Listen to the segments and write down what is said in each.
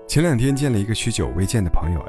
前2天见了一个许久未见的朋友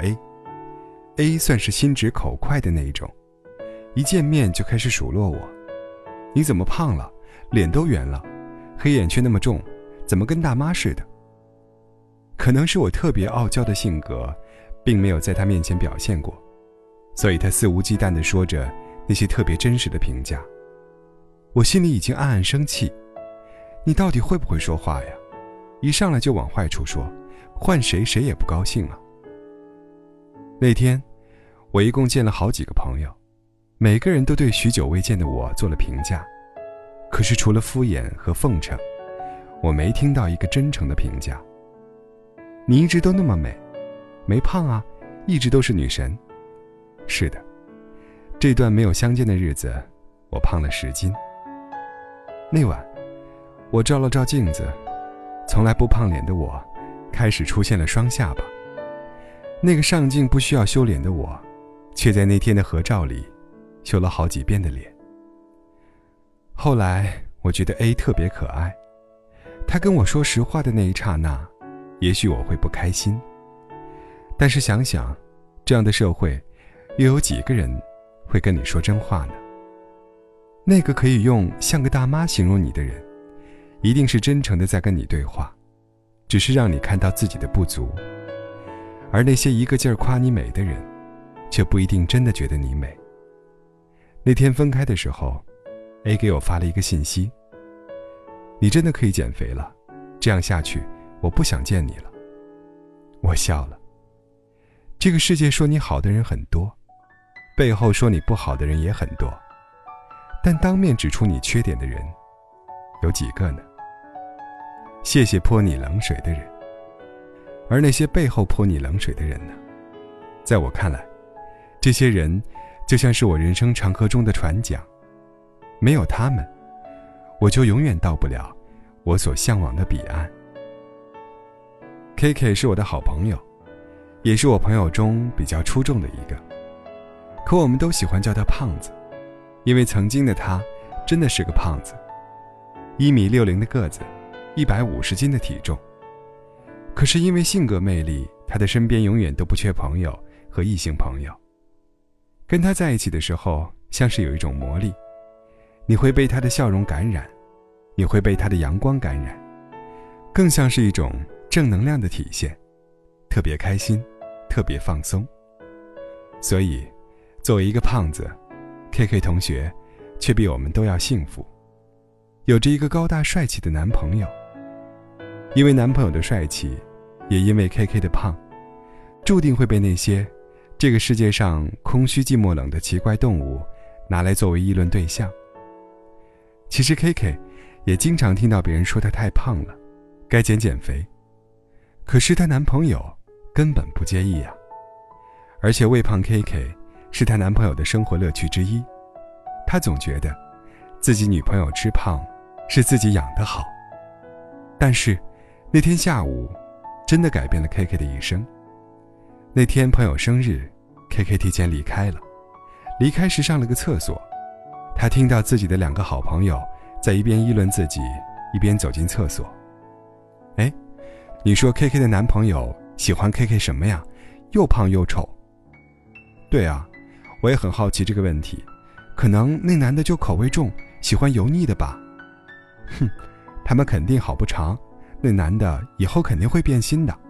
A 算是心直口快的那一种，一见面就开始数落我：你怎么胖了，脸都圆了，黑眼圈那么重，怎么跟大妈似的。可能是我特别傲娇的性格并没有在他面前表现过，所以他肆无忌惮地说着那些特别真实的评价。我心里已经暗暗生气，你到底会不会说话呀？一上来就往坏处说，换谁谁也不高兴啊。那天我一共见了好几个朋友，每个人都对许久未见的我做了评价，可是除了敷衍和奉承，我没听到一个真诚的评价。你一直都那么美，没胖啊，一直都是女神。是的，这段没有相见的日子，我胖了10斤。那晚我照了照镜子，从来不胖脸的我开始出现了双下巴。那个上镜不需要修脸的我，却在那天的合照里修了好几遍的脸。后来我觉得 A 特别可爱，他跟我说实话的那一刹那，也许我会不开心，但是想想这样的社会又有几个人会跟你说真话呢？那个可以用像个大妈形容你的人，一定是真诚的在跟你对话，只是让你看到自己的不足。而那些一个劲儿夸你美的人，却不一定真的觉得你美。那天分开的时候， A 给我发了一个信息：你真的可以减肥了，这样下去我不想见你了。我笑了。这个世界说你好的人很多，背后说你不好的人也很多，但当面指出你缺点的人有几个呢？谢谢泼你冷水的人。而那些背后泼你冷水的人呢？在我看来，这些人就像是我人生长河中的船桨，没有他们，我就永远到不了我所向往的彼岸。KK 是我的好朋友，也是我朋友中比较出众的一个，可我们都喜欢叫他胖子，因为曾经的他真的是个胖子，1.60米的个子，150斤的体重。可是因为性格魅力，他的身边永远都不缺朋友和异性朋友。跟他在一起的时候，像是有一种魔力，你会被他的笑容感染，你会被他的阳光感染，更像是一种正能量的体现，特别开心，特别放松。所以作为一个胖子， KK 同学却比我们都要幸福，有着一个高大帅气的男朋友。因为男朋友的帅气，也因为 KK 的胖，注定会被那些这个世界上空虚寂寞冷的奇怪动物拿来作为议论对象。其实 KK 也经常听到别人说她太胖了，该减肥，可是她男朋友根本不介意啊。而且喂胖 KK 是她男朋友的生活乐趣之一，他总觉得自己女朋友吃胖是自己养得好。但是那天下午真的改变了 KK 的一生。那天朋友生日， KK 提前离开了，离开时上了个厕所，他听到自己的2个好朋友在一边议论自己，一边走进厕所。你说 KK 的男朋友喜欢 KK 什么呀？又胖又丑。对啊，我也很好奇这个问题，可能那男的就口味重，喜欢油腻的吧。哼，他们肯定好不长，那男的以后肯定会变心的。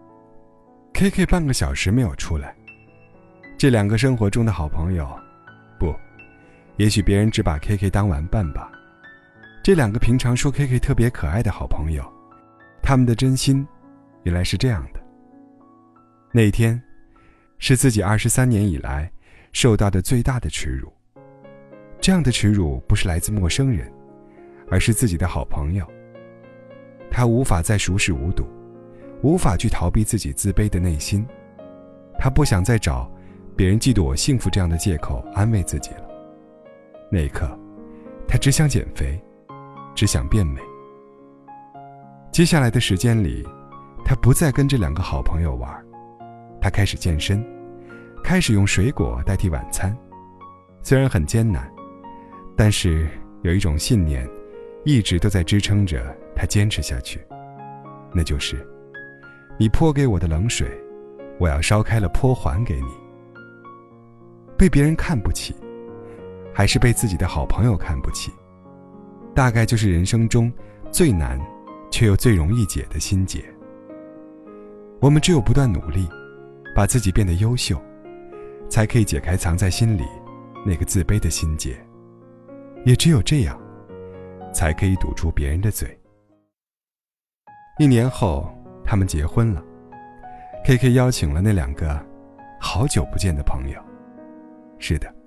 KK 半个小时没有出来，这2个生活中的好朋友，不，也许别人只把 KK 当玩伴吧。这2个平常说 KK 特别可爱的好朋友，他们的真心原来是这样的。那一天是自己23年以来受到的最大的耻辱。这样的耻辱不是来自陌生人，而是自己的好朋友。他无法再熟视无睹，无法去逃避自己自卑的内心。他不想再找别人嫉妒我幸福这样的借口安慰自己了。那一刻，他只想减肥，只想变美。接下来的时间里，他不再跟这2个好朋友玩，他开始健身，开始用水果代替晚餐。虽然很艰难，但是有一种信念一直都在支撑着他坚持下去，那就是你泼给我的冷水，我要烧开了泼还给你。被别人看不起，还是被自己的好朋友看不起，大概就是人生中最难却又最容易解的心结。我们只有不断努力，把自己变得优秀，才可以解开藏在心里那个自卑的心结，也只有这样，才可以堵住别人的嘴。1年后，他们结婚了。KK 邀请了那2个好久不见的朋友。是的，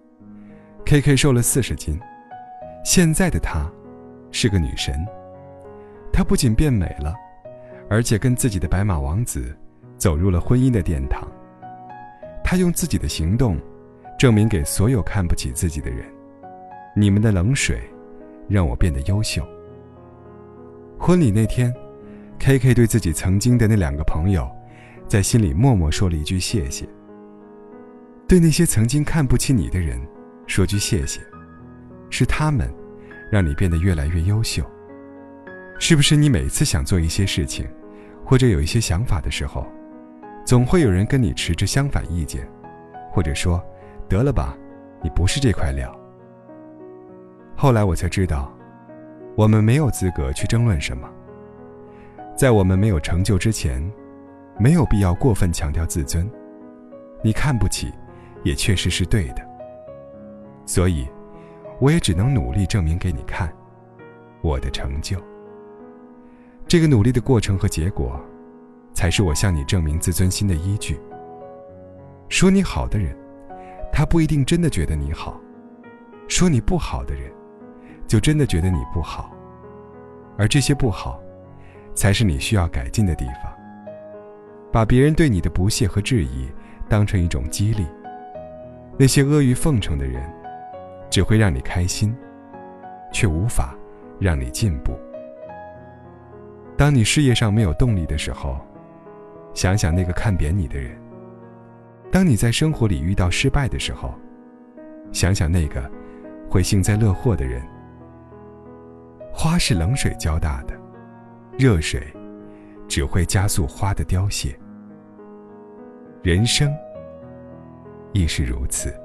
KK 瘦了40斤，现在的她是个女神。她不仅变美了，而且跟自己的白马王子走入了婚姻的殿堂。她用自己的行动证明给所有看不起自己的人，你们的冷水让我变得优秀。婚礼那天， KK 对自己曾经的那2个朋友在心里默默说了一句谢谢。对那些曾经看不起你的人说句谢谢，是他们让你变得越来越优秀。是不是你每次想做一些事情，或者有一些想法的时候，总会有人跟你持着相反意见，或者说得了吧，你不是这块料。后来我才知道，我们没有资格去争论什么。在我们没有成就之前，没有必要过分强调自尊。你看不起也确实是对的，所以我也只能努力证明给你看我的成就。这个努力的过程和结果，才是我向你证明自尊心的依据。说你好的人，他不一定真的觉得你好；说你不好的人，就真的觉得你不好。而这些不好，才是你需要改进的地方。把别人对你的不屑和质疑当成一种激励，那些阿谀奉承的人，只会让你开心，却无法让你进步。当你事业上没有动力的时候，想想那个看扁你的人；当你在生活里遇到失败的时候，想想那个会幸灾乐祸的人。花是冷水浇大的，热水只会加速花的凋谢。人生亦是如此。